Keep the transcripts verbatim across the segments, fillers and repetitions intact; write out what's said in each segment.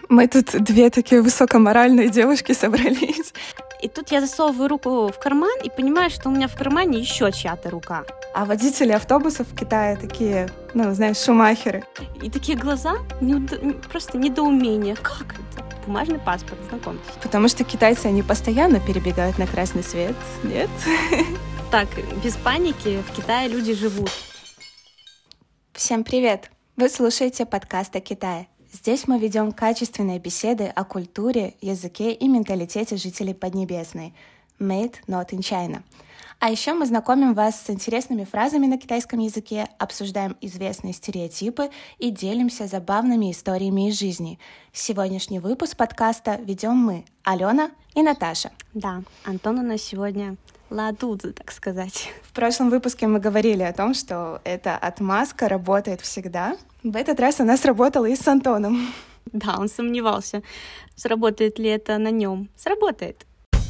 Мы тут две такие высокоморальные девушки собрались. И тут я засовываю руку в карман и понимаю, что у меня в кармане еще чья-то рука. А водители автобусов в Китае такие, ну, знаешь, шумахеры. И такие глаза, неудо... просто недоумение. Как это? Бумажный паспорт, знакомьтесь. Потому что китайцы, они постоянно перебегают на красный свет, нет? Так, без паники, в Китае люди живут. Всем привет! Вы слушаете подкаст о Китае. Здесь мы ведем качественные беседы о культуре, языке и менталитете жителей Поднебесной. Made not in China. А еще мы знакомим вас с интересными фразами на китайском языке, обсуждаем известные стереотипы и делимся забавными историями из жизни. Сегодняшний выпуск подкаста ведем мы, Алена и Наташа. Да, Антон у нас сегодня ладудзы, так сказать. В прошлом выпуске мы говорили о том, что эта отмазка работает всегда. В этот раз она сработала и с Антоном. Да, он сомневался, сработает ли это на нем. Сработает.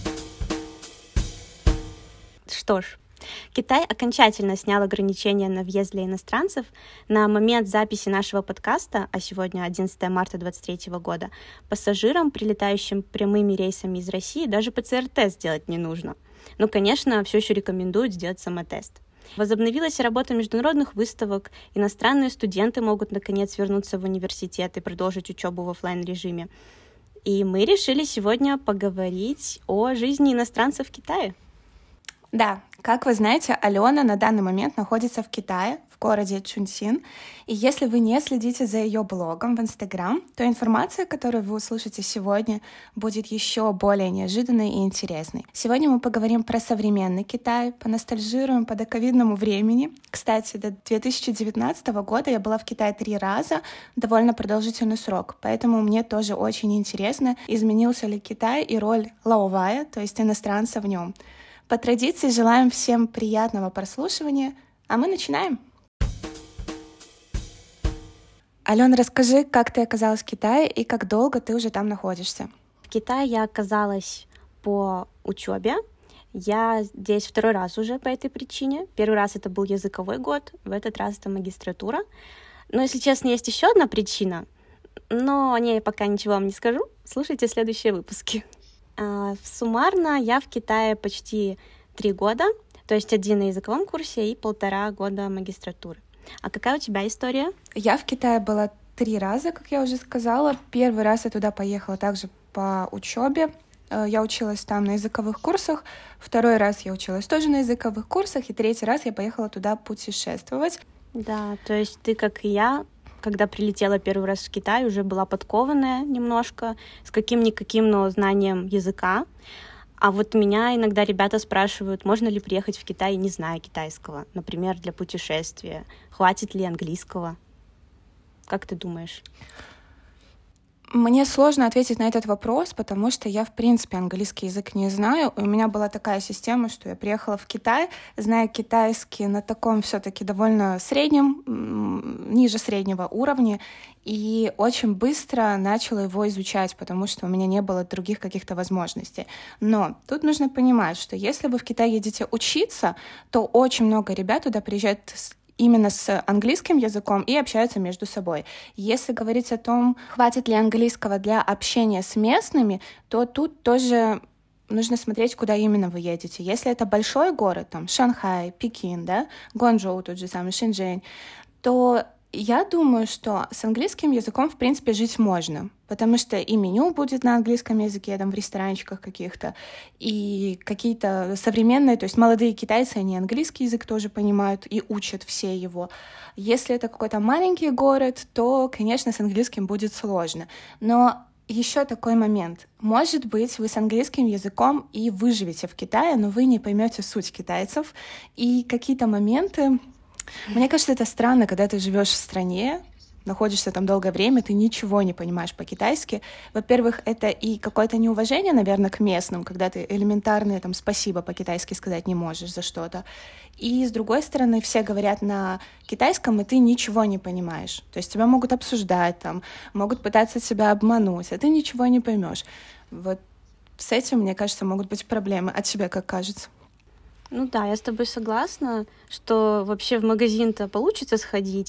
Что ж, Китай окончательно снял ограничения на въезд для иностранцев. На момент записи нашего подкаста, а сегодня одиннадцатое марта двадцать третьего года, пассажирам, прилетающим прямыми рейсами из России, даже пэ цэ эр-тест делать не нужно. Но, конечно, все еще рекомендуют сделать самотест. Возобновилась работа международных выставок, иностранные студенты могут, наконец, вернуться в университет и продолжить учебу в офлайн-режиме. И мы решили сегодня поговорить о жизни иностранцев в Китае. Да, как вы знаете, Алена на данный момент находится в Китае, в городе Чунсин. И если вы не следите за ее блогом в Инстаграм, то информация, которую вы услышите сегодня, будет еще более неожиданной и интересной. Сегодня мы поговорим про современный Китай, поностальжируем по доковидному времени. Кстати, до две тысячи девятнадцатого года я была в Китае три раза, довольно продолжительный срок, поэтому мне тоже очень интересно, изменился ли Китай и роль лаовая, то есть иностранца в нем. По традиции желаем всем приятного прослушивания, а мы начинаем. Алена, расскажи, как ты оказалась в Китае и как долго ты уже там находишься? В Китае я оказалась по учебе. Я здесь второй раз уже по этой причине. Первый раз это был языковой год, в этот раз это магистратура. Но, если честно, есть еще одна причина, но о ней я пока ничего вам не скажу. Слушайте следующие выпуски. Суммарно я в Китае почти три года, то есть один на языковом курсе и полтора года магистратуры. А какая у тебя история? Я в Китае была три раза, как я уже сказала. Первый раз я туда поехала также по учебе. Я училась там на языковых курсах. Второй раз я училась тоже на языковых курсах. И третий раз я поехала туда путешествовать. Да, то есть ты, как и я, когда прилетела первый раз в Китай, уже была подкованная немножко, с каким-никаким, но знанием языка. А вот меня иногда ребята спрашивают, можно ли приехать в Китай, не зная китайского, например, для путешествия. Хватит ли английского? Как ты думаешь? Мне сложно ответить на этот вопрос, потому что я, в принципе, английский язык не знаю. У меня была такая система, что я приехала в Китай, зная китайский на таком все-таки довольно среднем, ниже среднего уровня, и очень быстро начала его изучать, потому что у меня не было других каких-то возможностей. Но тут нужно понимать, что если вы в Китай едете учиться, то очень много ребят туда приезжают с именно с английским языком и общаются между собой. Если говорить о том, хватит ли английского для общения с местными, то тут тоже нужно смотреть, куда именно вы едете. Если это большой город, там Шанхай, Пекин, да, Гуанчжоу, тот же самый Шэньчжэнь, то я думаю, что с английским языком, в принципе, жить можно, потому что и меню будет на английском языке, там, в ресторанчиках каких-то, и какие-то современные, то есть молодые китайцы, они английский язык тоже понимают и учат все его. Если это какой-то маленький город, то, конечно, с английским будет сложно. Но еще такой момент. Может быть, вы с английским языком и выживете в Китае, но вы не поймете суть китайцев, и какие-то моменты. Мне кажется, это странно, когда ты живешь в стране, находишься там долгое время, ты ничего не понимаешь по-китайски. Во-первых, это и какое-то неуважение, наверное, к местным, когда ты элементарное там «спасибо» по-китайски сказать не можешь за что-то. И, с другой стороны, все говорят на китайском, и ты ничего не понимаешь. То есть тебя могут обсуждать, там, могут пытаться тебя обмануть, а ты ничего не поймешь. Вот с этим, мне кажется, могут быть проблемы. А тебе как кажется? Ну да, я с тобой согласна, что вообще в магазин-то получится сходить,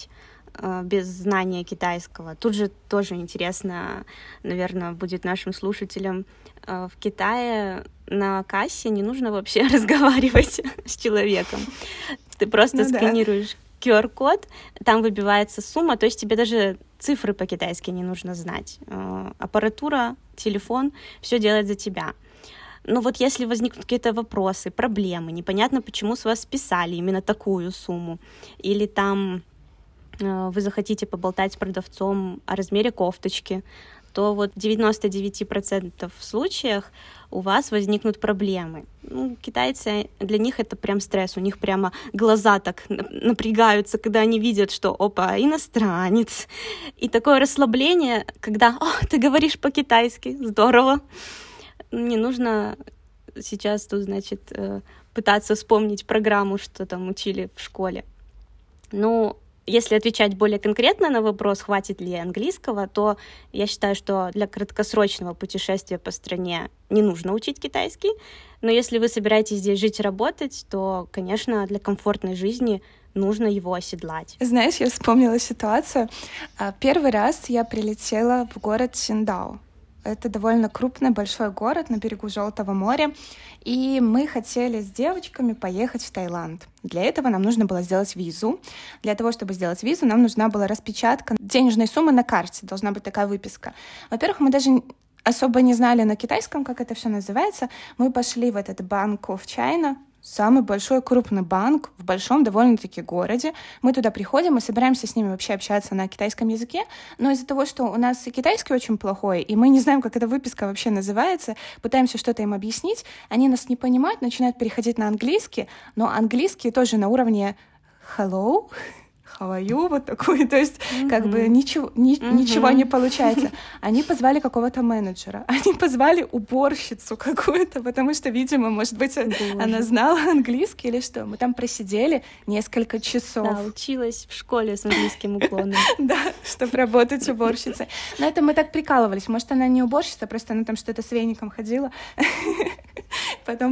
без знания китайского. Тут же тоже интересно, наверное, будет нашим слушателям. В Китае на кассе не нужно вообще разговаривать с человеком. Ты просто ну, сканируешь да. ку ар-код, там выбивается сумма, то есть тебе даже цифры по-китайски не нужно знать. Аппаратура, телефон, все делает за тебя. Но вот если возникнут какие-то вопросы, проблемы, непонятно, почему с вас списали именно такую сумму, или там вы захотите поболтать с продавцом о размере кофточки, то вот в девяносто девять процентов случаях у вас возникнут проблемы. Ну, китайцы, для них это прям стресс, у них прямо глаза так напрягаются, когда они видят, что опа, иностранец. И такое расслабление, когда «О, ты говоришь по-китайски, здорово». Не нужно сейчас тут, значит, пытаться вспомнить программу, что там учили в школе. Ну, если отвечать более конкретно на вопрос, хватит ли английского, то я считаю, что для краткосрочного путешествия по стране не нужно учить китайский. Но если вы собираетесь здесь жить и работать, то, конечно, для комфортной жизни нужно его оседлать. Знаешь, я вспомнила ситуацию. Первый раз я прилетела в город Циндао. Это довольно крупный, большой город на берегу Желтого моря, и мы хотели с девочками поехать в Таиланд. Для этого нам нужно было сделать визу. Для того, чтобы сделать визу, нам нужна была распечатка денежной суммы на карте, должна быть такая выписка. Во-первых, мы даже особо не знали на китайском, как это все называется. Мы пошли в этот Bank of China, самый большой крупный банк в большом довольно-таки городе. Мы туда приходим и собираемся с ними вообще общаться на китайском языке, но из-за того, что у нас и китайский очень плохой, и мы не знаем, как эта выписка вообще называется, пытаемся что-то им объяснить, они нас не понимают, начинают переходить на английский, но английский тоже на уровне «hello», how are you? Вот такой, то есть mm-hmm. как бы ничего, ни, mm-hmm. ничего не получается. Они позвали какого-то менеджера, они позвали уборщицу какую-то, потому что, видимо, может быть, Боже. Она знала английский или что. Мы там просидели несколько часов. Да, училась в школе с английским уклоном. Да, чтобы работать уборщицей. Но это мы так прикалывались. Может, она не уборщица, просто она там что-то с веником ходила. Потом...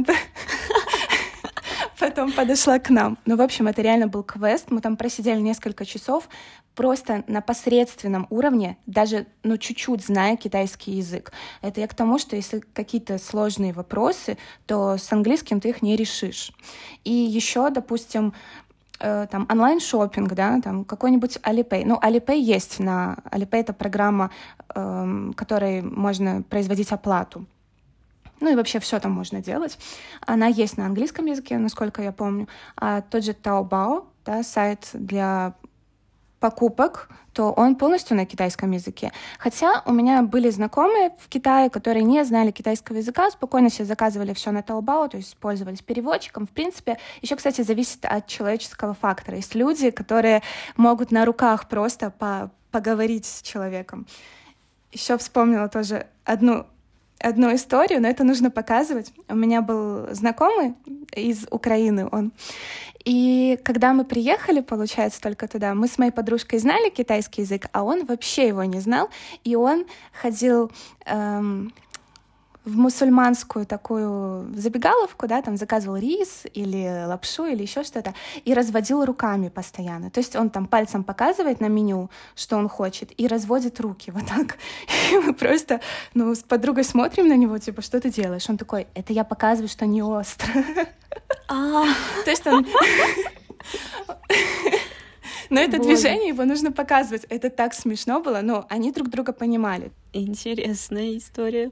Потом подошла к нам. Ну, в общем, это реально был квест. Мы там просидели несколько часов просто на посредственном уровне, даже, ну, чуть-чуть зная китайский язык. Это я к тому, что если какие-то сложные вопросы, то с английским ты их не решишь. И еще, допустим, э, там онлайн-шоппинг, да, там какой-нибудь Alipay. Ну, Alipay есть на... Alipay — это программа, э, которой можно производить оплату. Ну и вообще все там можно делать. Она есть на английском языке, насколько я помню. А тот же Taobao, да, сайт для покупок, то он полностью на китайском языке. Хотя у меня были знакомые в Китае, которые не знали китайского языка, спокойно себе заказывали все на Taobao, то есть пользовались переводчиком. В принципе, еще, кстати, зависит от человеческого фактора. Есть люди, которые могут на руках просто по- поговорить с человеком. Еще вспомнила тоже одну одну историю, но это нужно показывать. У меня был знакомый из Украины, он. И когда мы приехали, получается, только туда, мы с моей подружкой знали китайский язык, а он вообще его не знал. И он ходил эм, в мусульманскую такую забегаловку, да, там заказывал рис или лапшу или еще что-то, и разводил руками постоянно. То есть он там пальцем показывает на меню, что он хочет, и разводит руки вот так. И мы просто, ну, с подругой смотрим на него, типа, что ты делаешь? Он такой: это я показываю, что не остро. То есть он... Но это движение его нужно показывать. Это так смешно было, но они друг друга понимали. Интересная история.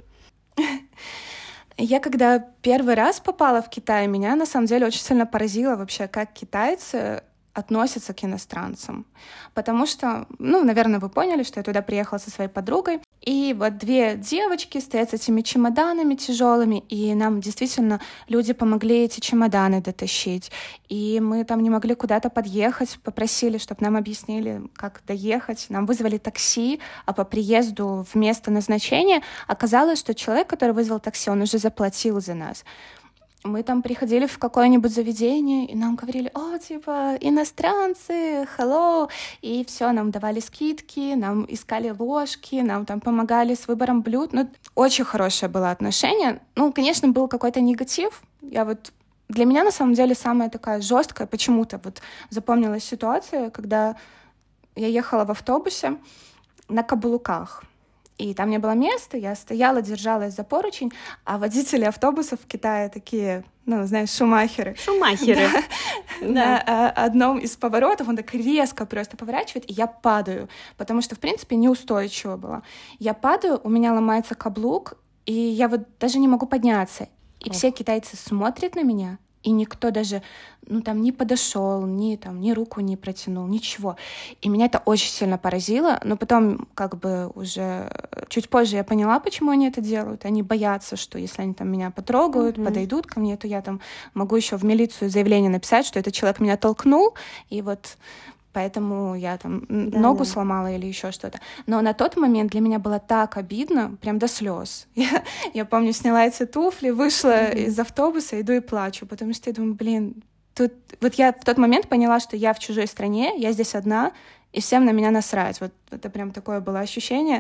Я когда первый раз попала в Китай, меня на самом деле очень сильно поразило вообще, как китайцы относятся к иностранцам. Потому что, ну, наверное, вы поняли, что я туда приехала со своей подругой, и вот две девочки стоят с этими чемоданами тяжелыми, и нам действительно люди помогли эти чемоданы дотащить. И мы там не могли куда-то подъехать, попросили, чтобы нам объяснили, как доехать. Нам вызвали такси, а по приезду в место назначения оказалось, что человек, который вызвал такси, он уже заплатил за нас. Мы там приходили в какое-нибудь заведение, и нам говорили: о, типа, иностранцы, hello, и все, нам давали скидки, нам искали ложки, нам там помогали с выбором блюд. Ну, очень хорошее было отношение. Ну, конечно, был какой-то негатив. Я вот... Для меня, на самом деле, самая такая жесткая почему-то вот запомнилась ситуация, когда я ехала в автобусе на каблуках. И там не было места, я стояла, держалась за поручень, а водители автобусов в Китае такие, ну, знаешь, шумахеры. Шумахеры. На одном из поворотов он так резко просто поворачивает, и я падаю, потому что, в принципе, неустойчиво было. Я падаю, у меня ломается каблук, и я вот даже не могу подняться. И все китайцы смотрят на меня, и никто даже, ну, там, не подошел, ни, там, ни руку не протянул, ничего. И меня это очень сильно поразило, но потом, как бы, уже чуть позже я поняла, почему они это делают. Они боятся, что если они там меня потрогают, mm-hmm. подойдут ко мне, то я там могу еще в милицию заявление написать, что этот человек меня толкнул, и вот поэтому я там да, ногу да. сломала или еще что-то. Но на тот момент для меня было так обидно, прям до слез. Я, я помню, сняла эти туфли, вышла mm-hmm. из автобуса, иду и плачу, потому что я думаю, блин, тут... Вот я в тот момент поняла, что я в чужой стране, я здесь одна, и всем на меня насрать. Вот это прям такое было ощущение,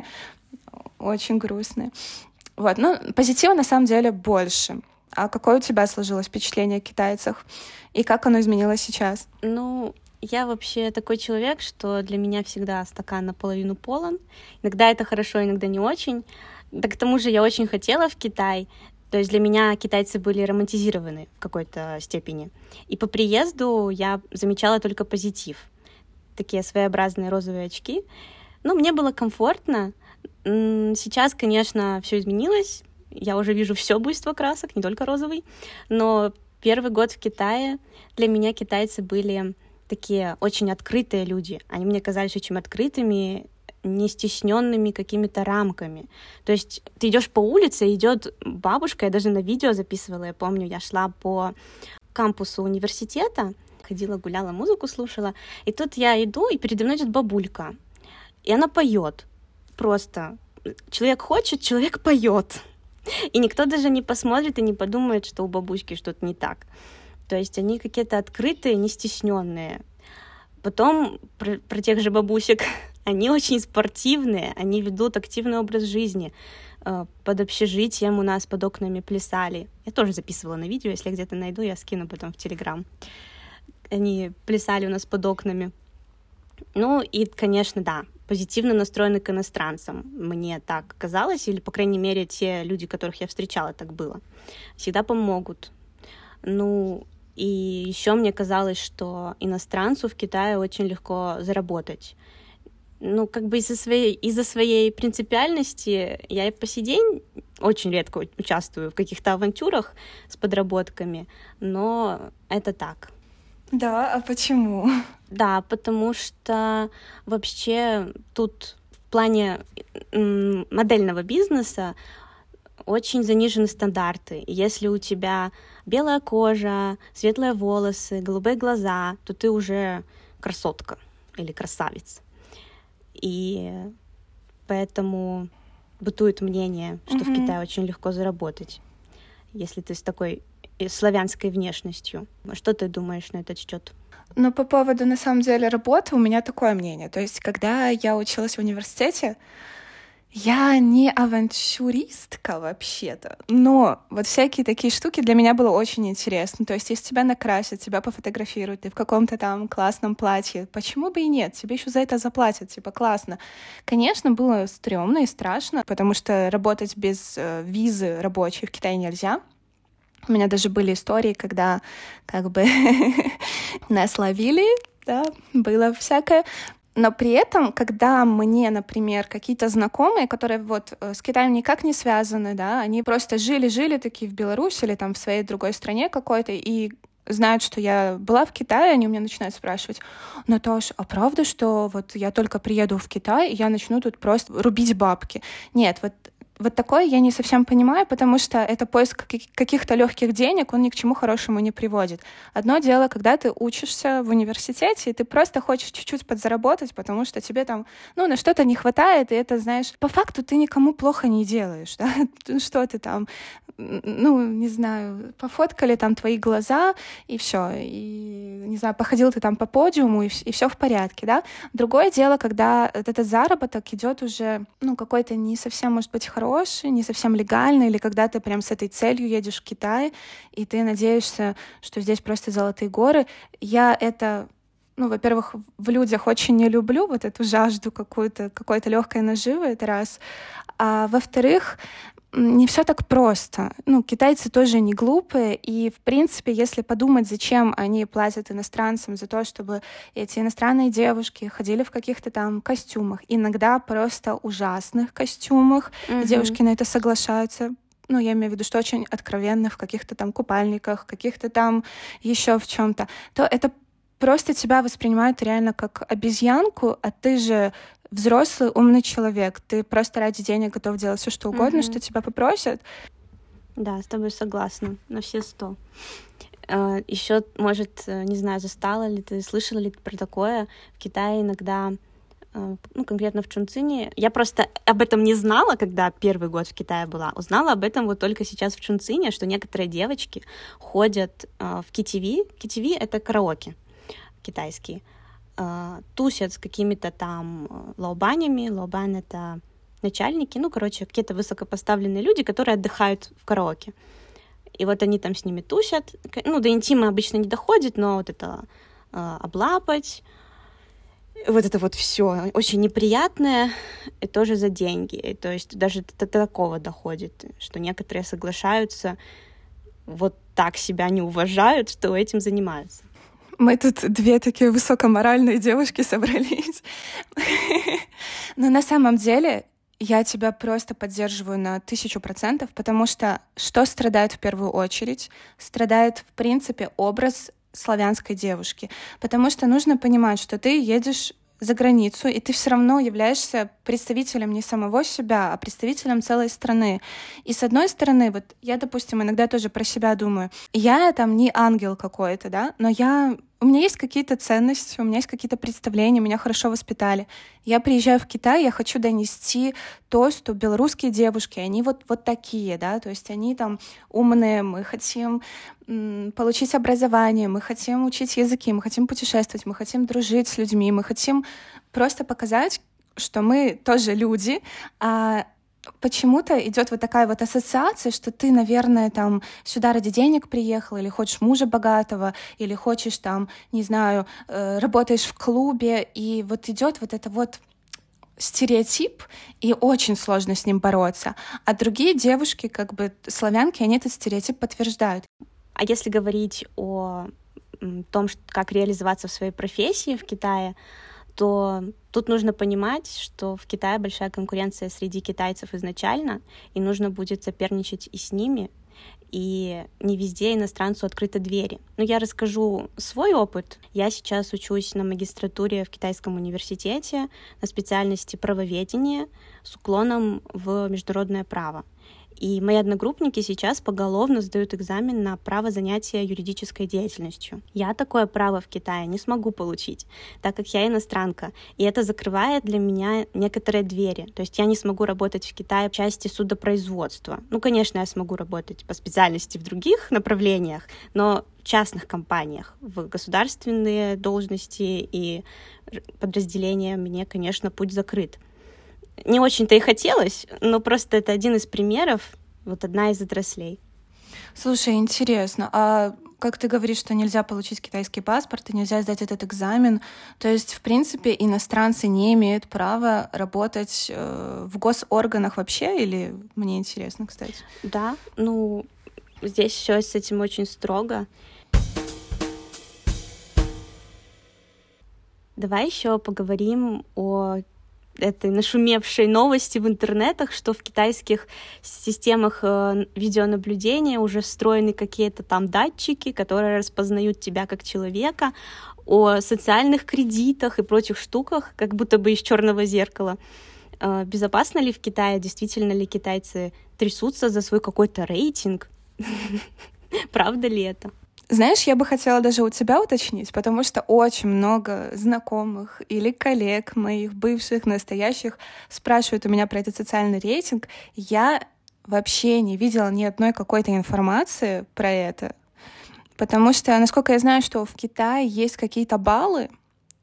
очень грустное. Вот, ну, позитива на самом деле больше. А какое у тебя сложилось впечатление о китайцах? И как оно изменилось сейчас? Ну... Я вообще такой человек, что для меня всегда стакан наполовину полон. Иногда это хорошо, иногда не очень. Да к тому же я очень хотела в Китай. То есть для меня китайцы были романтизированы в какой-то степени. И по приезду я замечала только позитив. Такие своеобразные розовые очки. Но мне было комфортно. Сейчас, конечно, все изменилось. Я уже вижу все буйство красок, не только розовый. Но первый год в Китае для меня китайцы были... такие очень открытые люди. Они мне казались очень открытыми, не стесненными какими-то рамками. То есть ты идешь по улице, идет бабушка, я даже на видео записывала, я помню, я шла по кампусу университета, ходила, гуляла, музыку слушала, и тут я иду, и передо мной идет бабулька, и она поет. Просто человек хочет, человек поет. И никто даже не посмотрит и не подумает, что у бабушки что-то не так. То есть они какие-то открытые, не стесненные. Потом про, про тех же бабусек. Они очень спортивные, они ведут активный образ жизни. Под общежитием у нас под окнами плясали. Я тоже записывала на видео, если я где-то найду, я скину потом в Телеграм. Они плясали у нас под окнами. Ну и, конечно, да, позитивно настроены к иностранцам. Мне так казалось, или, по крайней мере, те люди, которых я встречала, так было. Всегда помогут. Ну... И еще мне казалось, что иностранцу в Китае очень легко заработать. Ну, как бы из-за своей, из-за своей принципиальности я и по сей день очень редко участвую в каких-то авантюрах с подработками, но это так. Да, а почему? Да, потому что вообще тут в плане м- модельного бизнеса очень занижены стандарты. И если у тебя белая кожа, светлые волосы, голубые глаза, то ты уже красотка или красавец. И поэтому бытует мнение, что mm-hmm. в Китае очень легко заработать, если ты с такой славянской внешностью. Что ты думаешь на этот счет? Ну, по поводу, на самом деле, работы у меня такое мнение. То есть, когда я училась в университете, я не авантюристка вообще-то, но вот всякие такие штуки для меня было очень интересно. То есть если тебя накрасят, тебя пофотографируют, ты в каком-то там классном платье, почему бы и нет? Тебе еще за это заплатят, типа классно. Конечно, было стрёмно и страшно, потому что работать без э, визы рабочей в Китае нельзя. У меня даже были истории, когда как бы нас ловили, да, было всякое. Но при этом, когда мне, например, какие-то знакомые, которые вот с Китаем никак не связаны, да, они просто жили-жили такие в Беларуси или там в своей другой стране какой-то, и знают, что я была в Китае, они у меня начинают спрашивать: Наташ, а правда, что вот я только приеду в Китай, и я начну тут просто рубить бабки? Нет, вот Вот такое я не совсем понимаю, потому что это поиск каких-то легких денег, он ни к чему хорошему не приводит. Одно дело, когда ты учишься в университете, и ты просто хочешь чуть-чуть подзаработать, потому что тебе там, ну, на что-то не хватает, и это, знаешь, по факту ты никому плохо не делаешь, да? Что ты там, ну, не знаю, пофоткали там твои глаза, и все, и, не знаю, походил ты там по подиуму, и, и все в порядке, да? Другое дело, когда этот заработок идет уже, ну, какой-то не совсем, может быть, хороший, хороший, не совсем легальный, или когда ты прям с этой целью едешь в Китай, и ты надеешься, что здесь просто золотые горы. Я это ну, во-первых, в людях очень не люблю вот эту жажду какую-то, какой-то легкой наживы, это раз. А во-вторых, не все так просто. Ну, китайцы тоже не глупые, и, в принципе, если подумать, зачем они платят иностранцам за то, чтобы эти иностранные девушки ходили в каких-то там костюмах, иногда просто ужасных костюмах, Мгм. и девушки на это соглашаются. Ну, я имею в виду, что очень откровенно в каких-то там купальниках, каких-то там еще в чем-то, то это просто тебя воспринимают реально как обезьянку, а ты же взрослый, умный человек. Ты просто ради денег готов делать все, что угодно, Мгм. что тебя попросят. Да, с тобой согласна, на все сто. Еще, может, э, не знаю, застала ли ты, слышала ли ты про такое? В Китае иногда, э, ну, конкретно в Чунцине, я просто об этом не знала, когда первый год в Китае была. Узнала об этом вот только сейчас в Чунцине, что некоторые девочки ходят э, в ки ти ви. ки ти ви — это караоке китайский. Э, Тусят с какими-то там э, лаобанями. Лаобань — это начальники, ну, короче, какие-то высокопоставленные люди, которые отдыхают в караоке. И вот они там с ними тусят. Ну, до интима обычно не доходит, но вот это э, облапать, вот это вот все очень неприятное, и тоже за деньги. И то есть даже до такого доходит, что некоторые соглашаются, вот так себя не уважают, что этим занимаются. Мы тут две такие высокоморальные девушки собрались. Но на самом деле я тебя просто поддерживаю на тысячу процентов, потому что что страдает в первую очередь? Страдает, в принципе, образ славянской девушки. Потому что нужно понимать, что ты едешь за границу, и ты все равно являешься представителем не самого себя, а представителем целой страны. И с одной стороны, вот я, допустим, иногда тоже про себя думаю, я там не ангел какой-то, да, но я... У меня есть какие-то ценности, у меня есть какие-то представления, меня хорошо воспитали. Я приезжаю в Китай, я хочу донести то, что белорусские девушки, они вот, вот такие, да, то есть они там умные, мы хотим м, получить образование, мы хотим учить языки, мы хотим путешествовать, мы хотим дружить с людьми, мы хотим просто показать, что мы тоже люди, а почему-то идет вот такая вот ассоциация, что ты, наверное, там сюда ради денег приехал, или хочешь мужа богатого, или хочешь там, не знаю, э, работаешь в клубе, и вот идет вот это вот стереотип, и очень сложно с ним бороться. А другие девушки, как бы славянки, они этот стереотип подтверждают. А если говорить о м, том, что- как реализоваться в своей профессии в Китае, то тут нужно понимать, что в Китае большая конкуренция среди китайцев изначально, и нужно будет соперничать и с ними, и не везде иностранцу открыты двери. Но я расскажу свой опыт. Я сейчас учусь на магистратуре в Китайском университете на специальности правоведение с уклоном в международное право. И мои одногруппники сейчас поголовно сдают экзамен на право занятия юридической деятельностью. Я такое право в Китае не смогу получить, так как я иностранка. И это закрывает для меня некоторые двери. То есть я не смогу работать в Китае в части судопроизводства. Ну, конечно, я смогу работать по специальности в других направлениях, но в частных компаниях, в государственные должности и подразделения мне, конечно, путь закрыт. Не очень-то и хотелось, но просто это один из примеров, вот одна из отраслей. Слушай, интересно, а как ты говоришь, что нельзя получить китайский паспорт и нельзя сдать этот экзамен, то есть, в принципе, иностранцы не имеют права работать э, в госорганах вообще, или мне интересно, кстати? Да, ну, здесь все с этим очень строго. Давай еще поговорим о этой нашумевшей новости в интернетах, что в китайских системах э, видеонаблюдения уже встроены какие-то там датчики, которые распознают тебя как человека, о социальных кредитах и прочих штуках, как будто бы из черного зеркала. Э, безопасно ли в Китае? Действительно ли китайцы трясутся за свой какой-то рейтинг? Правда ли это? Знаешь, я бы хотела даже у тебя уточнить, потому что очень много знакомых или коллег моих, бывших, настоящих, спрашивают у меня про этот социальный рейтинг. Я вообще не видела ни одной какой-то информации про это, потому что, насколько я знаю, что в Китае есть какие-то баллы,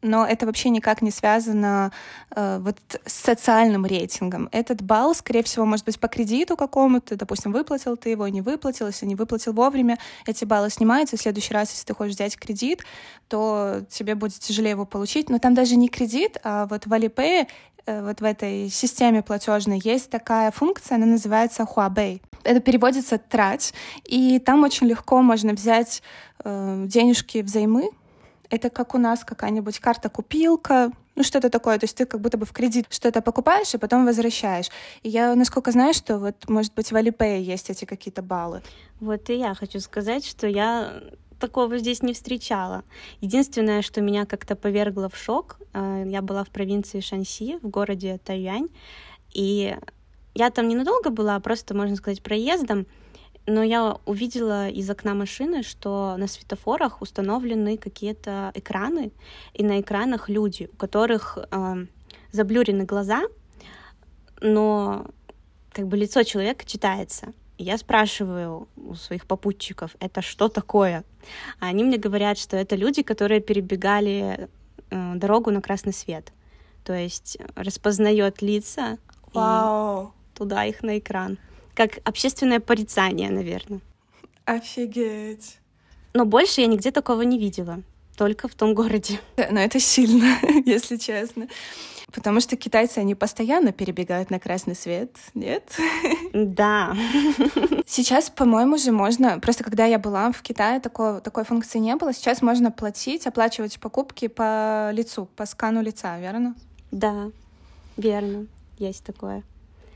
но это вообще никак не связано э, вот с социальным рейтингом. Этот балл, скорее всего, может быть по кредиту какому-то, допустим, выплатил ты его, не выплатил, если не выплатил вовремя, эти баллы снимаются, и в следующий раз, если ты хочешь взять кредит, то тебе будет тяжелее его получить. Но там даже не кредит, а вот в Alipay, э, вот в этой системе платежной есть такая функция, она называется Huabei. Это переводится «трать», и там очень легко можно взять э, денежки взаймы. Это как у нас какая-нибудь карта-купилка, ну что-то такое. То есть ты как будто бы в кредит что-то покупаешь, и потом возвращаешь. И я, насколько знаю, что вот, может быть, в Alipay есть эти какие-то баллы. Вот и я хочу сказать, что я такого здесь не встречала. Единственное, что меня как-то повергло в шок, я была в провинции Шаньси, в городе Тайюань, и я там ненадолго была, просто, можно сказать, проездом, но я увидела из окна машины, что на светофорах установлены какие-то экраны, и на экранах люди, у которых э, заблюрены глаза, но как бы лицо человека читается. И я спрашиваю у своих попутчиков, это что такое? А они мне говорят, что это люди, которые перебегали э, дорогу на красный свет. То есть распознает лица Вау. и туда их на экран. Как общественное порицание, наверное. Офигеть. Но больше я нигде такого не видела. Только в том городе. Но это сильно, если честно. Потому что китайцы, они постоянно перебегают на красный свет, нет? Да. Сейчас, по-моему, же можно... Просто когда я была в Китае, такой, такой функции не было. Сейчас можно платить, оплачивать покупки по лицу, по скану лица, верно? Да, верно. Есть такое.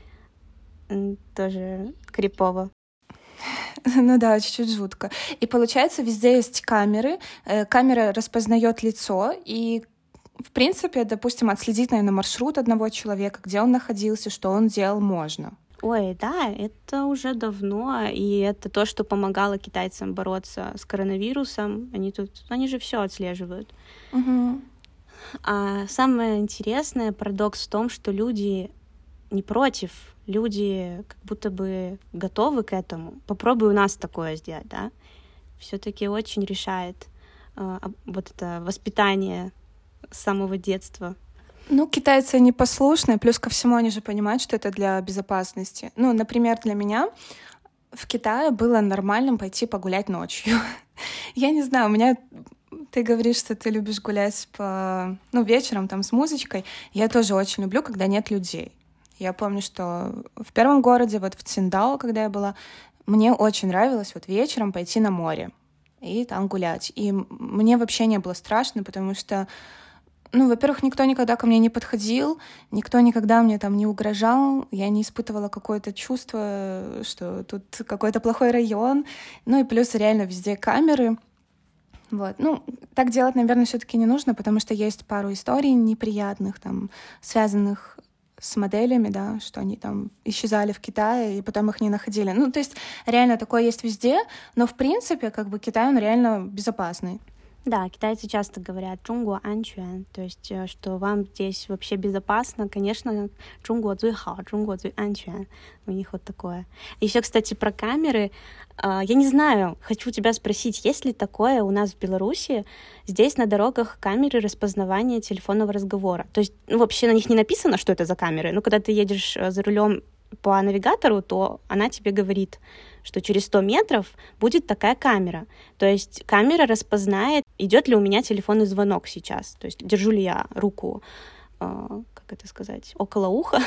Тоже крипово. Ну да, чуть-чуть жутко. И получается, везде есть камеры. Камера распознает лицо, и, в принципе, допустим, отследить, наверное, маршрут одного человека, где он находился, что он делал, можно. Ой, да, это уже давно, и это то, что помогало китайцам бороться с коронавирусом. Они тут, они же все отслеживают. Угу. А самое интересное, парадокс в том, что люди не против, люди как будто бы готовы к этому. Попробуй у нас такое сделать, да? Все-таки очень решает э, вот это воспитание с самого детства. Ну, китайцы, они послушные, плюс ко всему они же понимают, что это для безопасности. Ну, например, для меня в Китае было нормальным пойти погулять ночью. Я не знаю, у меня... Ты говоришь, что ты любишь гулять по... ну, вечером там с музычкой. Я тоже очень люблю, когда нет людей. Я помню, что в первом городе, вот в Циндао, когда я была, мне очень нравилось вот вечером пойти на море и там гулять. И мне вообще не было страшно, потому что, ну, во-первых, никто никогда ко мне не подходил, никто никогда мне там не угрожал, я не испытывала какое-то чувство, что тут какой-то плохой район. Ну и плюс реально везде камеры. Вот. Ну, так делать, наверное, все-таки не нужно, потому что есть пару историй неприятных, там, связанных с моделями, да, что они там исчезали в Китае, и потом их не находили. Ну, то есть реально такое есть везде, но, в принципе, как бы Китай, он реально безопасный. Да, китайцы часто говорят «Чжунго анчуан», то есть, что вам здесь вообще безопасно. Конечно, «Чжунго цзуй хао», «Чжунго цзуй анчуан». У них вот такое. Еще, кстати, про камеры. Я не знаю, хочу тебя спросить, есть ли такое у нас в Беларуси? Здесь на дорогах камеры распознавания телефонного разговора. То есть, ну, вообще на них не написано, что это за камеры, но когда ты едешь за рулем по навигатору, то она тебе говорит, что через сто метров будет такая камера. То есть камера распознает, идет ли у меня телефонный звонок сейчас. То есть держу ли я руку, э, как это сказать, около уха,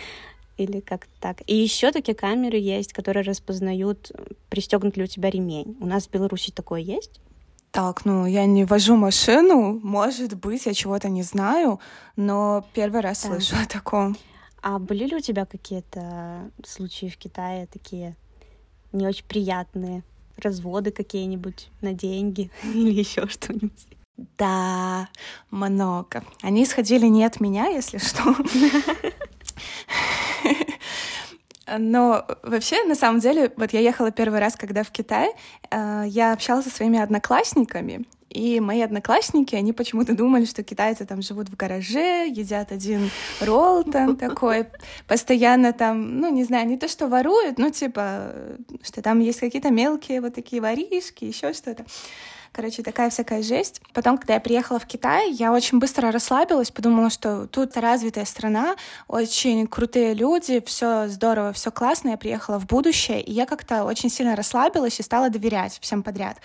или как-то так. И еще такие камеры есть, которые распознают, пристегнут ли у тебя ремень. У нас в Беларуси такое есть? Так, ну, я не вожу машину, может быть, я чего-то не знаю, но первый раз да. слышу о таком. А были ли у тебя какие-то случаи в Китае такие не очень приятные? Разводы какие-нибудь на деньги или еще что-нибудь? Да, много. Они исходили не от меня, если что. Но вообще, на самом деле, вот я ехала первый раз, когда в Китай, я общалась со своими одноклассниками, и мои одноклассники, они почему-то думали, что китайцы там живут в гараже, едят один ролл там такой, постоянно там, ну, не знаю, не то, что воруют, ну, типа, что там есть какие-то мелкие вот такие воришки, еще что-то. Короче, такая всякая жесть. Потом, когда я приехала в Китай, я очень быстро расслабилась, подумала, что тут развитая страна, очень крутые люди, все здорово, все классно. Я приехала в будущее, и я как-то очень сильно расслабилась и стала доверять всем подряд.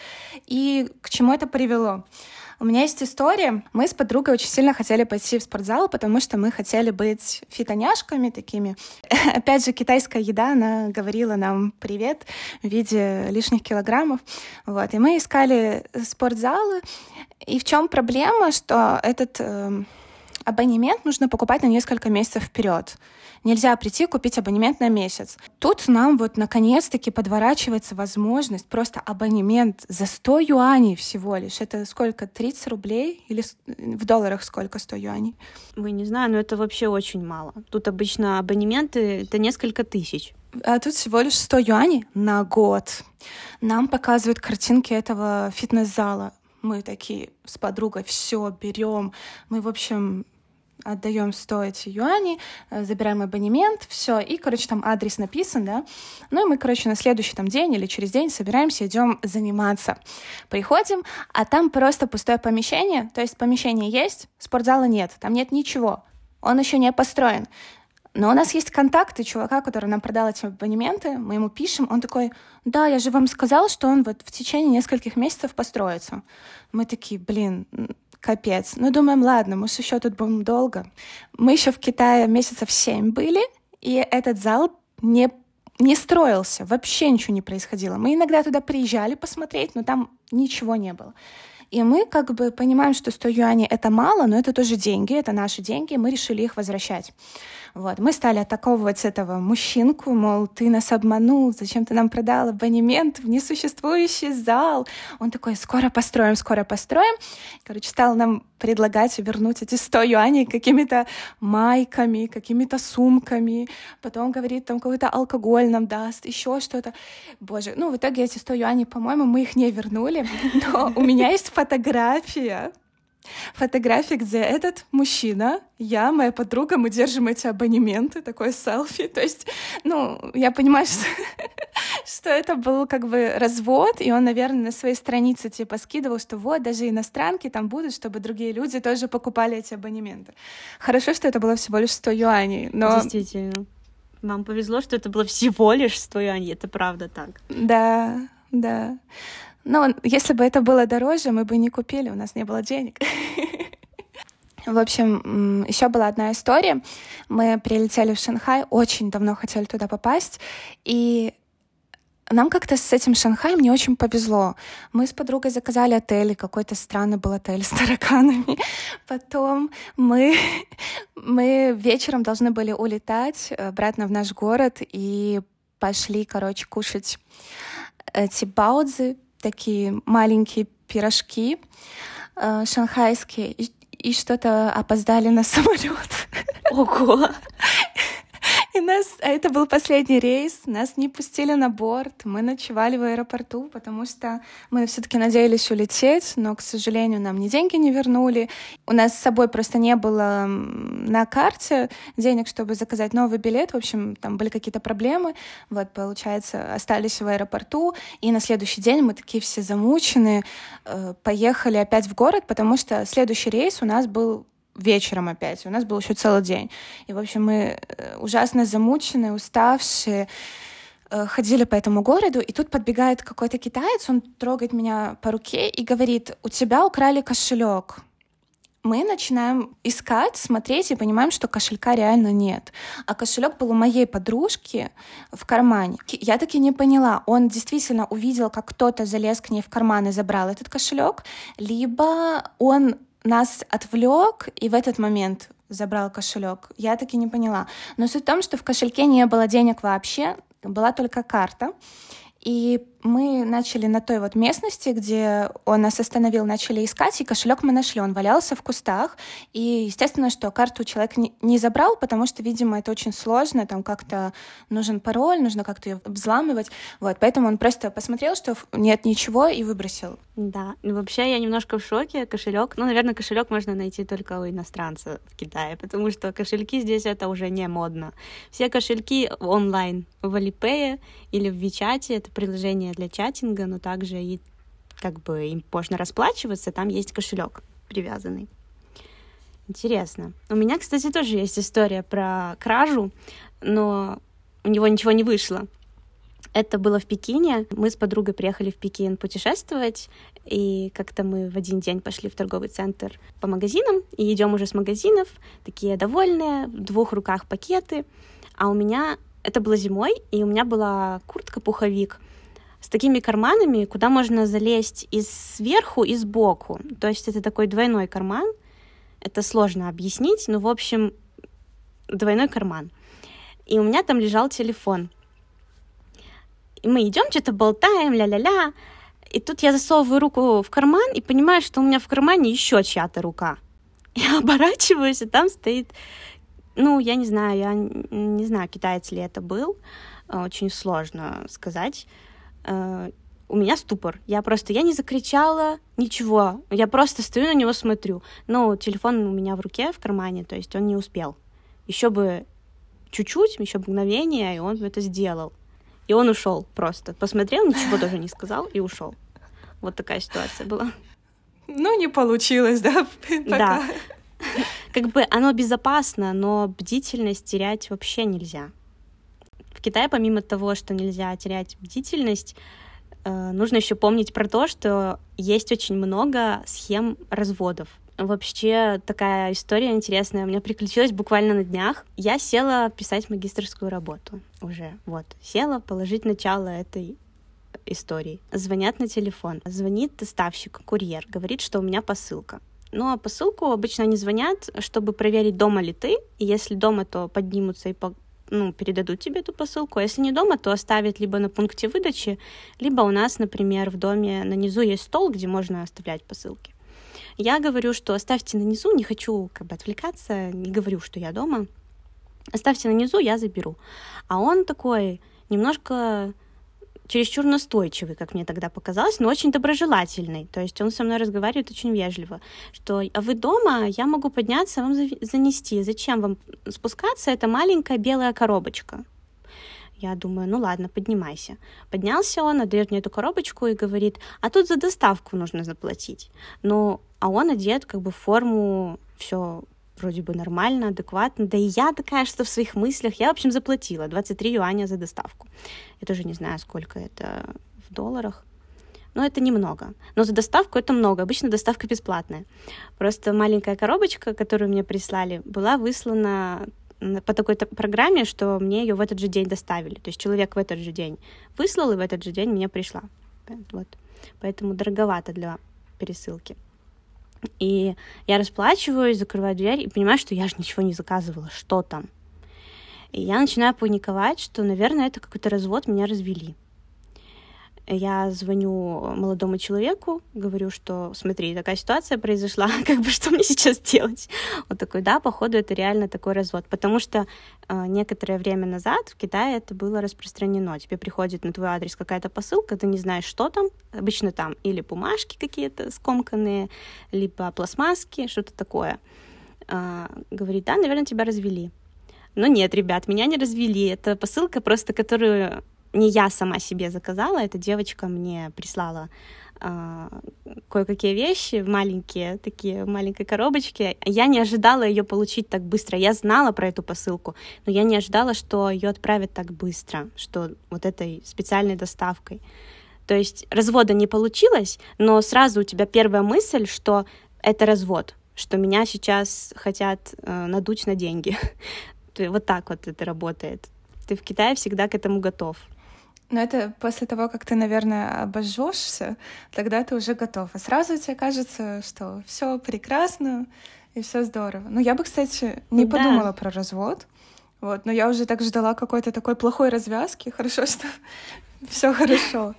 И к чему это привело? У меня есть история. Мы с подругой очень сильно хотели пойти в спортзал, потому что мы хотели быть фитоняшками такими. Опять же, китайская еда, она говорила нам привет в виде лишних килограммов. Вот. И мы искали спортзалы. И в чем проблема, что этот э, абонемент нужно покупать на несколько месяцев вперед. Нельзя прийти купить абонемент на месяц. Тут нам вот наконец-таки подворачивается возможность просто абонемент за сто юаней всего лишь. Это сколько? тридцать рублей? Или в долларах сколько сто юаней? Ой, не знаю, но это вообще очень мало. Тут обычно абонементы — это несколько тысяч. А тут всего лишь сто юаней на год. Нам показывают картинки этого фитнес-зала. Мы такие с подругой все берем. Мы, в общем... отдаем сто эти юаней, забираем абонемент, все, и, короче, там адрес написан, да, ну и мы, короче, на следующий там день или через день собираемся, идем заниматься. Приходим, а там просто пустое помещение, то есть помещение есть, спортзала нет, там нет ничего, он еще не построен. Но у нас есть контакты чувака, который нам продал эти абонементы, мы ему пишем, он такой: да, я же вам сказал, что он вот в течение нескольких месяцев построится. Мы такие: блин, капец. Ну, думаем, ладно, мы же еще тут будем долго. Мы еще в Китае месяцев семь были, и этот зал не, не строился, вообще ничего не происходило. Мы иногда туда приезжали посмотреть, но там ничего не было. И мы как бы понимаем, что сто юаней — это мало, но это тоже деньги, это наши деньги, и мы решили их возвращать. Вот. Мы стали атаковывать этого мужчинку, мол, ты нас обманул, зачем ты нам продал абонемент в несуществующий зал? Он такой: скоро построим, скоро построим. Короче, стал нам предлагать вернуть эти сто юаней какими-то майками, какими-то сумками. Потом говорит, там какой-то алкоголь нам даст, еще что-то. Боже, ну в итоге эти сто юаней, по-моему, мы их не вернули. Но у меня есть фотография. Фотография, где этот мужчина, я, моя подруга, мы держим эти абонементы, такое селфи. То есть, ну, я понимаю, что, что это был как бы развод, и он, наверное, на своей странице типа скидывал, что вот, даже иностранки там будут, чтобы другие люди тоже покупали эти абонементы. Хорошо, что это было всего лишь сто юаней, но... Действительно. Вам повезло, что это было всего лишь сто юаней, это правда так. Да, да. Но если бы это было дороже, мы бы не купили, у нас не было денег. В общем, еще была одна история. Мы прилетели в Шанхай, очень давно хотели туда попасть, и нам как-то с этим Шанхаем не очень повезло. Мы с подругой заказали отель, какой-то странный был отель с тараканами. Потом мы, мы вечером должны были улетать обратно в наш город и пошли, короче, кушать эти баоцзи, такие маленькие пирожки э, шанхайские, и, и что-то опоздали на самолет. Ого! И нас, а это был последний рейс, нас не пустили на борт, мы ночевали в аэропорту, потому что мы все-таки надеялись улететь, но, к сожалению, нам ни деньги не вернули. У нас с собой просто не было на карте денег, чтобы заказать новый билет. В общем, там были какие-то проблемы. Вот, получается, остались в аэропорту, и на следующий день мы такие все замученные, поехали опять в город, потому что следующий рейс у нас был вечером опять. У нас был еще целый день. И, в общем, мы ужасно замученные, уставшие, ходили по этому городу, и тут подбегает какой-то китаец, он трогает меня по руке и говорит: у тебя украли кошелек. Мы начинаем искать, смотреть и понимаем, что кошелька реально нет. А кошелек был у моей подружки в кармане. Я таки не поняла, он действительно увидел, как кто-то залез к ней в карман и забрал этот кошелек, либо он нас отвлек и в этот момент забрал кошелек. Я таки не поняла. Но суть в том, что в кошельке не было денег вообще, была только карта. И мы начали на той вот местности, где он нас остановил, начали искать, и кошелек мы нашли. Он валялся в кустах. И, естественно, что карту человек не, не забрал, потому что, видимо, это очень сложно. Там как-то нужен пароль, нужно как-то ее взламывать. Вот, поэтому он просто посмотрел, что нет ничего, и выбросил. Да, вообще я немножко в шоке. Кошелек, ну, наверное, кошелек можно найти только у иностранца в Китае, потому что кошельки здесь это уже не модно. Все кошельки онлайн в Alipay или в WeChat, это приложение для чатинга, но также и как бы им можно расплачиваться, там есть кошелек привязанный. Интересно. У меня, кстати, тоже есть история про кражу, но у него ничего не вышло. Это было в Пекине. Мы с подругой приехали в Пекин путешествовать, и как-то мы в один день пошли в торговый центр по магазинам, и идем уже с магазинов, такие довольные, в двух руках пакеты, а у меня... Это было зимой, и у меня была куртка-пуховик с такими карманами, куда можно залезть и сверху, и сбоку. То есть это такой двойной карман. Это сложно объяснить, но, в общем, двойной карман. И у меня там лежал телефон. И мы идем, что-то болтаем, ля-ля-ля. И тут я засовываю руку в карман и понимаю, что у меня в кармане еще чья-то рука. Я оборачиваюсь, и там стоит... Ну, я не знаю, я не знаю, китаец ли это был. Очень сложно сказать. У меня ступор. Я просто... Я не закричала, ничего. Я просто стою на него, смотрю. Но телефон у меня в руке, в кармане, то есть он не успел. Еще бы чуть-чуть, еще бы мгновение, и он это сделал. И он ушел просто. Посмотрел, ничего тоже не сказал и ушел. Вот такая ситуация была. Ну, не получилось, да? Пока. Да. Как бы оно безопасно, но бдительность терять вообще нельзя. В Китае, помимо того, что нельзя терять бдительность, нужно еще помнить про то, что есть очень много схем разводов. Вообще такая история интересная у меня приключилась буквально на днях. Я села писать магистерскую работу уже. Вот, села положить начало этой истории. Звонят на телефон. Звонит доставщик, курьер, говорит, что у меня посылка. Ну, а посылку обычно они звонят, чтобы проверить, дома ли ты. И если дома, то поднимутся и по, ну, передадут тебе эту посылку. А если не дома, то оставят либо на пункте выдачи, либо у нас, например, в доме на низу есть стол, где можно оставлять посылки. Я говорю, что оставьте на низу, не хочу как бы отвлекаться, не говорю, что я дома. Оставьте на низу, я заберу. А он такой немножко чересчур настойчивый, как мне тогда показалось, но очень доброжелательный. То есть он со мной разговаривает очень вежливо, что «а вы дома? Я могу подняться, вам занести. Зачем вам спускаться? Это маленькая белая коробочка». Я думаю, ну ладно, поднимайся. Поднялся он, отдает мне эту коробочку и говорит, а тут за доставку нужно заплатить. Ну, а он одет как бы в форму, все вроде бы нормально, адекватно. Да и я такая, что в своих мыслях. Я, в общем, заплатила двадцать три юаня за доставку. Я тоже не знаю, сколько это в долларах. Но это немного. Но за доставку это много. Обычно доставка бесплатная. Просто маленькая коробочка, которую мне прислали, была выслана по такой-то программе, что мне ее в этот же день доставили. То есть человек в этот же день выслал, и в этот же день мне пришла. Вот. Поэтому дороговато для пересылки. И я расплачиваюсь, закрываю дверь и понимаю, что я же ничего не заказывала. Что там? И я начинаю паниковать, что, наверное, это какой-то развод, меня развели. Я звоню молодому человеку, говорю, что смотри, такая ситуация произошла, как бы что мне сейчас делать? Он такой, да, походу это реально такой развод, потому что э, некоторое время назад в Китае это было распространено. Тебе приходит на твой адрес какая-то посылка, ты не знаешь, что там, обычно там или бумажки какие-то скомканные, либо пластмасски, что-то такое. Э, говорит, да, наверное, тебя развели. Но нет, ребят, меня не развели, это посылка просто, которую... Не я сама себе заказала, эта девочка мне прислала э, кое-какие вещи, маленькие, такие в маленькой коробочке. Я не ожидала ее получить так быстро. Я знала про эту посылку, но я не ожидала, что ее отправят так быстро, что вот этой специальной доставкой. То есть развода не получилось, но сразу у тебя первая мысль, что это развод, что меня сейчас хотят э, надуть на деньги. Вот так вот это работает. Ты в Китае всегда к этому готов. Но это после того, как ты, наверное, обожжешься, тогда ты уже готов. А сразу тебе кажется, что все прекрасно и все здорово. Ну, я бы, кстати, не да. подумала про развод. Вот, но я уже так ждала какой-то такой плохой развязки. Хорошо, что все хорошо.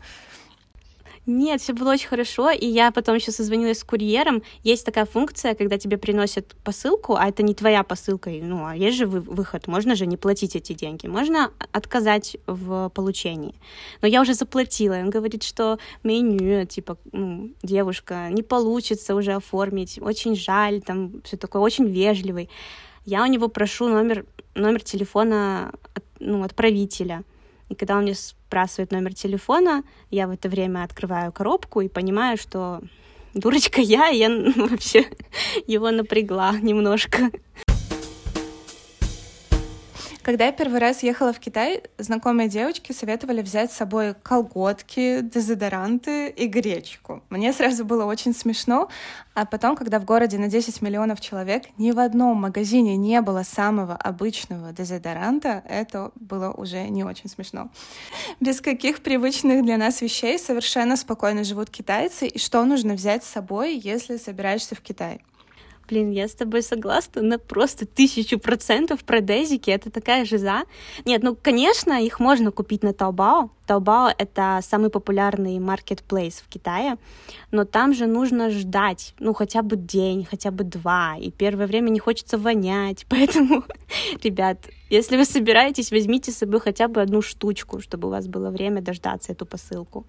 Нет, все было очень хорошо, и я потом еще созвонилась с курьером. Есть такая функция, когда тебе приносят посылку, а это не твоя посылка, ну, а есть же выход, можно же не платить эти деньги, можно отказать в получении. Но я уже заплатила, и он говорит, что меню, типа, ну, девушка, не получится уже оформить, очень жаль, там, все такое, очень вежливый. Я у него прошу номер, номер телефона, ну, отправителя. И когда он мне спрашивает номер телефона, я в это время открываю коробку и понимаю, что дурочка я, и я вообще его напрягла немножко. Когда я первый раз ехала в Китай, знакомые девочки советовали взять с собой колготки, дезодоранты и гречку. Мне сразу было очень смешно, а потом, когда в городе на десять миллионов человек ни в одном магазине не было самого обычного дезодоранта, это было уже не очень смешно. Без каких привычных для нас вещей совершенно спокойно живут китайцы, и что нужно взять с собой, если собираешься в Китай? Блин, я с тобой согласна на просто тысячу процентов про дезики. Это такая жиза. Нет, ну, конечно, их можно купить на Taobao. Taobao — это самый популярный маркетплейс в Китае, но там же нужно ждать, ну, хотя бы день, хотя бы два, и первое время не хочется вонять, поэтому, ребят, если вы собираетесь, возьмите с собой хотя бы одну штучку, чтобы у вас было время дождаться эту посылку.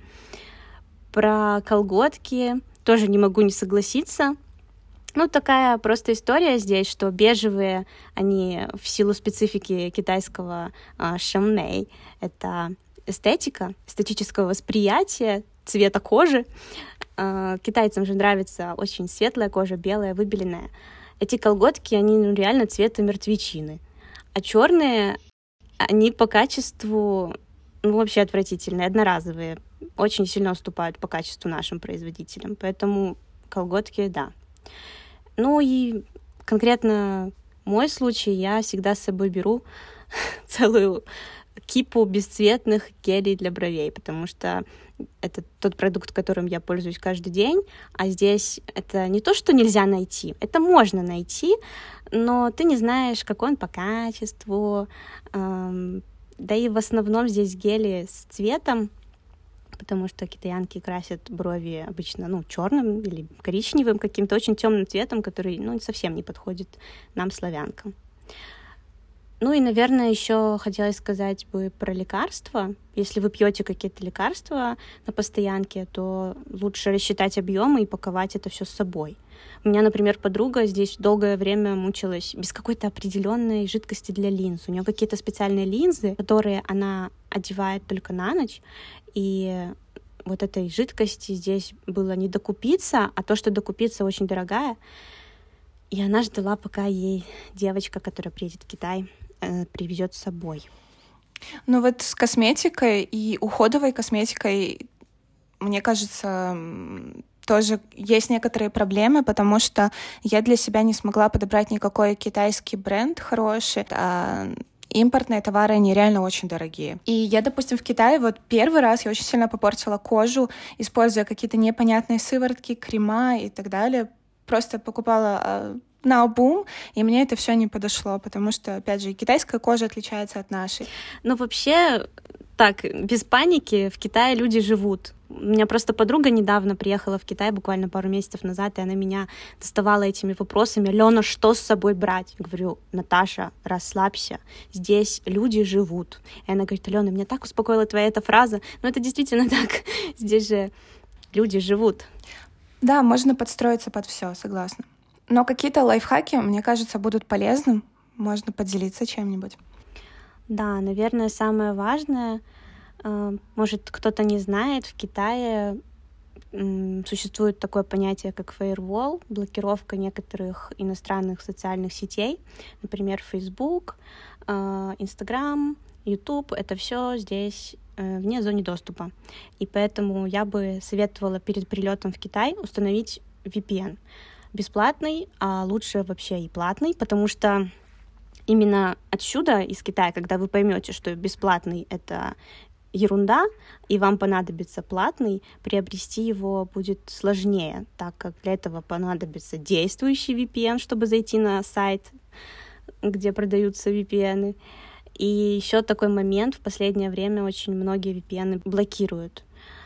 Про колготки тоже не могу не согласиться. Ну, такая просто история здесь, что бежевые, они в силу специфики китайского э, шэмэй, это эстетика, эстетического восприятия цвета кожи. Э, китайцам же нравится очень светлая кожа, белая, выбеленная. Эти колготки, они ну, реально цвета мертвечины. А черные, они по качеству ну, вообще отвратительные, одноразовые. Очень сильно уступают по качеству нашим производителям. Поэтому колготки, да. Ну и конкретно мой случай, я всегда с собой беру целую кипу бесцветных гелей для бровей, потому что это тот продукт, которым я пользуюсь каждый день, а здесь это не то, что нельзя найти, это можно найти, но ты не знаешь, какой он по качеству, эм, да и в основном здесь гели с цветом, потому что китаянки красят брови обычно, ну, черным или коричневым каким-то очень темным цветом, который, ну, совсем не подходит нам, славянкам. Ну и, наверное, еще хотелось сказать бы про лекарства. Если вы пьете какие-то лекарства на постоянке, то лучше рассчитать объемы и паковать это все с собой. У меня, например, подруга здесь долгое время мучилась без какой-то определенной жидкости для линз. У нее какие-то специальные линзы, которые она одевает только на ночь, и вот этой жидкости здесь было не докупиться, а то, что докупиться, очень дорогая. И она ждала, пока ей девочка, которая приедет в Китай, э, привезет с собой. Ну вот с косметикой и уходовой косметикой, мне кажется, тоже есть некоторые проблемы, потому что я для себя не смогла подобрать никакой китайский бренд хороший. А импортные товары, они реально очень дорогие. И я, допустим, в Китае вот первый раз я очень сильно попортила кожу, используя какие-то непонятные сыворотки, крема и так далее. Просто покупала наобум, и мне это все не подошло, потому что, опять же, китайская кожа отличается от нашей. Ну, вообще, так, без паники, в Китае люди живут. У меня просто подруга недавно приехала в Китай, буквально пару месяцев назад, и она меня доставала этими вопросами: «Алена, что с собой брать?» Я говорю: «Наташа, расслабься, здесь люди живут». И она говорит: «Алена, меня так успокоила твоя эта фраза». Но это действительно так, здесь же люди живут. Да, можно подстроиться под все, согласна. Но какие-то лайфхаки, мне кажется, будут полезным. Можно поделиться чем-нибудь. Да, наверное, самое важное, может, кто-то не знает, в Китае существует такое понятие, как firewall, блокировка некоторых иностранных социальных сетей, например, Facebook, Instagram, YouTube. Это все здесь вне зоны доступа. И поэтому я бы советовала перед прилетом в Китай установить ви пи эн. Бесплатный, а лучше вообще и платный, потому что именно отсюда, из Китая, когда вы поймете, что бесплатный — это ерунда, и вам понадобится платный, приобрести его будет сложнее, так как для этого понадобится действующий ви пи эн, чтобы зайти на сайт, где продаются ви пи эн. И еще такой момент: в последнее время очень многие ви пи эн блокируют.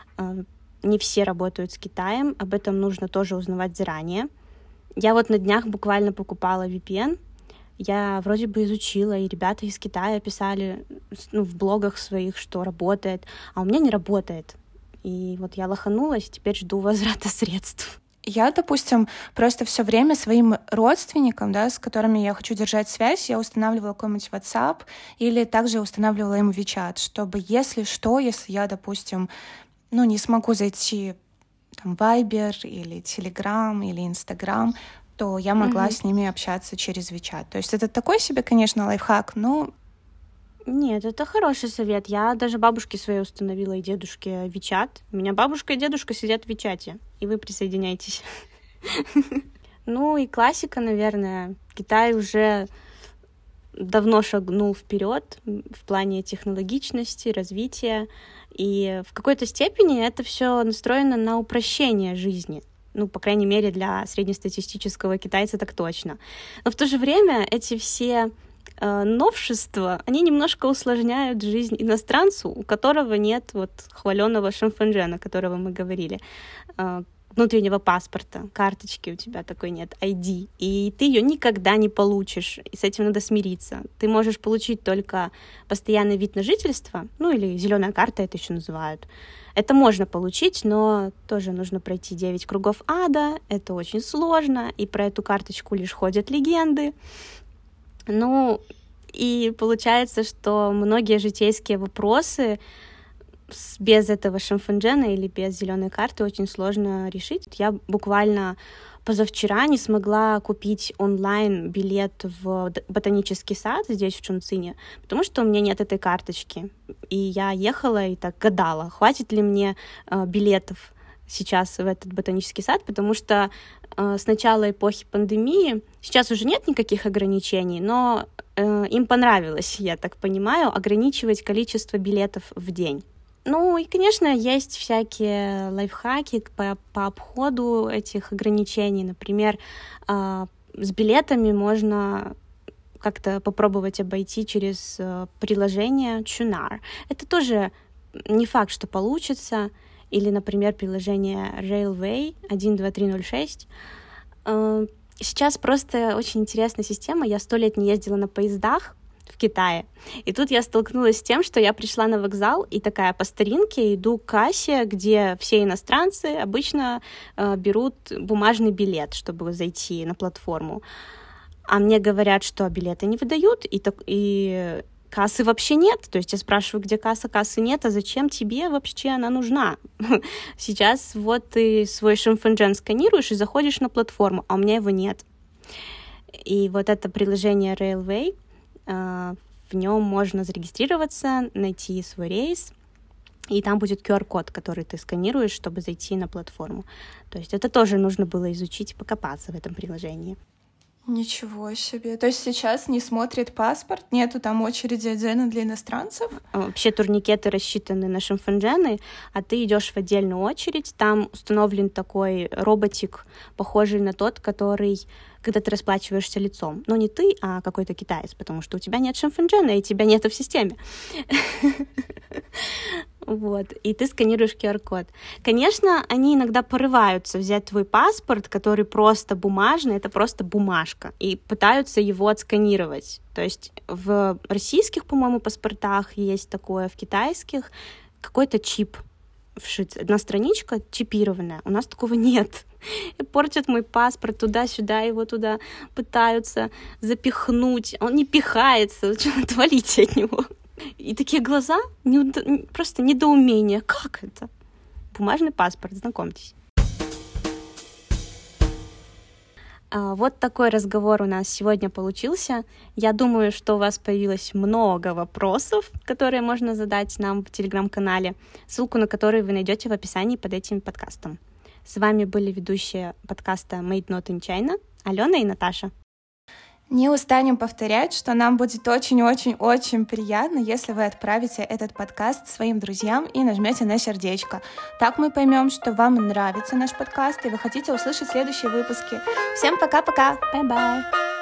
Не все работают с Китаем, об этом нужно тоже узнавать заранее. Я вот на днях буквально покупала ви пи эн, я вроде бы изучила, и ребята из Китая писали, ну, в блогах своих, что работает, а у меня не работает. И вот я лоханулась, теперь жду возврата средств. Я, допустим, просто все время своим родственникам, да, с которыми я хочу держать связь, я устанавливала какой-нибудь WhatsApp или также устанавливала им WeChat, чтобы, если что, если я, допустим, ну, не смогу зайти там, в Viber или Telegram или Instagram, то я могла mm-hmm. с ними общаться через WeChat. То есть это такой себе, конечно, лайфхак, но... Нет, это хороший совет. Я даже бабушке своей установила и дедушке WeChat. У меня бабушка и дедушка сидят в WeChat, и вы присоединяйтесь. Ну и классика, наверное. Китай уже давно шагнул вперед в плане технологичности, развития, и в какой-то степени это все настроено на упрощение жизни. Ну, по крайней мере, для среднестатистического китайца так точно. Но в то же время эти все э, новшества, они немножко усложняют жизнь иностранцу, у которого нет вот хваленого шенфэнжэна, о котором мы говорили, э, внутреннего паспорта, карточки у тебя такой нет, ай ди, и ты ее никогда не получишь, и с этим надо смириться. Ты можешь получить только постоянный вид на жительство, ну или зеленая карта это еще называют. Это можно получить, но тоже нужно пройти девять кругов ада, это очень сложно, и про эту карточку лишь ходят легенды. Ну, и получается, что многие житейские вопросы без этого шенфэнжэна или без зеленой карты очень сложно решить. Я буквально позавчера не смогла купить онлайн билет в ботанический сад здесь, в Чунцине, потому что у меня нет этой карточки. И я ехала и так гадала, хватит ли мне э, билетов сейчас в этот ботанический сад, потому что э, с начала эпохи пандемии сейчас уже нет никаких ограничений, но э, им понравилось, я так понимаю, ограничивать количество билетов в день. Ну и, конечно, есть всякие лайфхаки по, по обходу этих ограничений. Например, э, с билетами можно как-то попробовать обойти через э, приложение Qunar. Это тоже не факт, что получится. Или, например, приложение Railway один два три ноль шесть. Э, сейчас просто очень интересная система. Я сто лет не ездила на поездах в Китае. И тут я столкнулась с тем, что я пришла на вокзал и такая по старинке иду к кассе, где все иностранцы обычно э, берут бумажный билет, чтобы зайти на платформу. А мне говорят, что билеты не выдают, и, так, и кассы вообще нет. То есть я спрашиваю, где касса, кассы нет, а зачем тебе вообще она нужна? Сейчас вот ты свой шенфэнжэн сканируешь и заходишь на платформу, а у меня его нет. И вот это приложение Railway, в нем можно зарегистрироваться, найти свой рейс, и там будет ку ар-код, который ты сканируешь, чтобы зайти на платформу. То есть это тоже нужно было изучить и покопаться в этом приложении. Ничего себе. То есть сейчас не смотрит паспорт, нету там очереди отдельно для иностранцев? Вообще турникеты рассчитаны на шенфэнжэны, а ты идешь в отдельную очередь, там установлен такой роботик, похожий на тот, который, когда ты расплачиваешься лицом. Но не ты, а какой-то китаец, потому что у тебя нет шенфэнжэна, и тебя нету в системе. Вот, и ты сканируешь ку ар-код. Конечно, они иногда порываются взять твой паспорт, который просто бумажный, это просто бумажка, и пытаются его отсканировать. То есть в российских, по-моему, паспортах есть такое, в китайских какой-то чип вшит, одна страничка чипированная. У нас такого нет. И портят мой паспорт туда-сюда, его туда пытаются запихнуть. Он не пихается, отвалите от него. И такие глаза, не, просто недоумение. Как это? Бумажный паспорт, знакомьтесь. А, вот такой разговор у нас сегодня получился. Я думаю, что у вас появилось много вопросов, которые можно задать нам в Телеграм-канале, ссылку на который вы найдете в описании под этим подкастом. С вами были ведущие подкаста Made Not in China Алена и Наташа. Не устанем повторять, что нам будет очень-очень-очень приятно, если вы отправите этот подкаст своим друзьям и нажмете на сердечко. Так мы поймем, что вам нравится наш подкаст и вы хотите услышать следующие выпуски. Всем пока-пока! Bye-bye!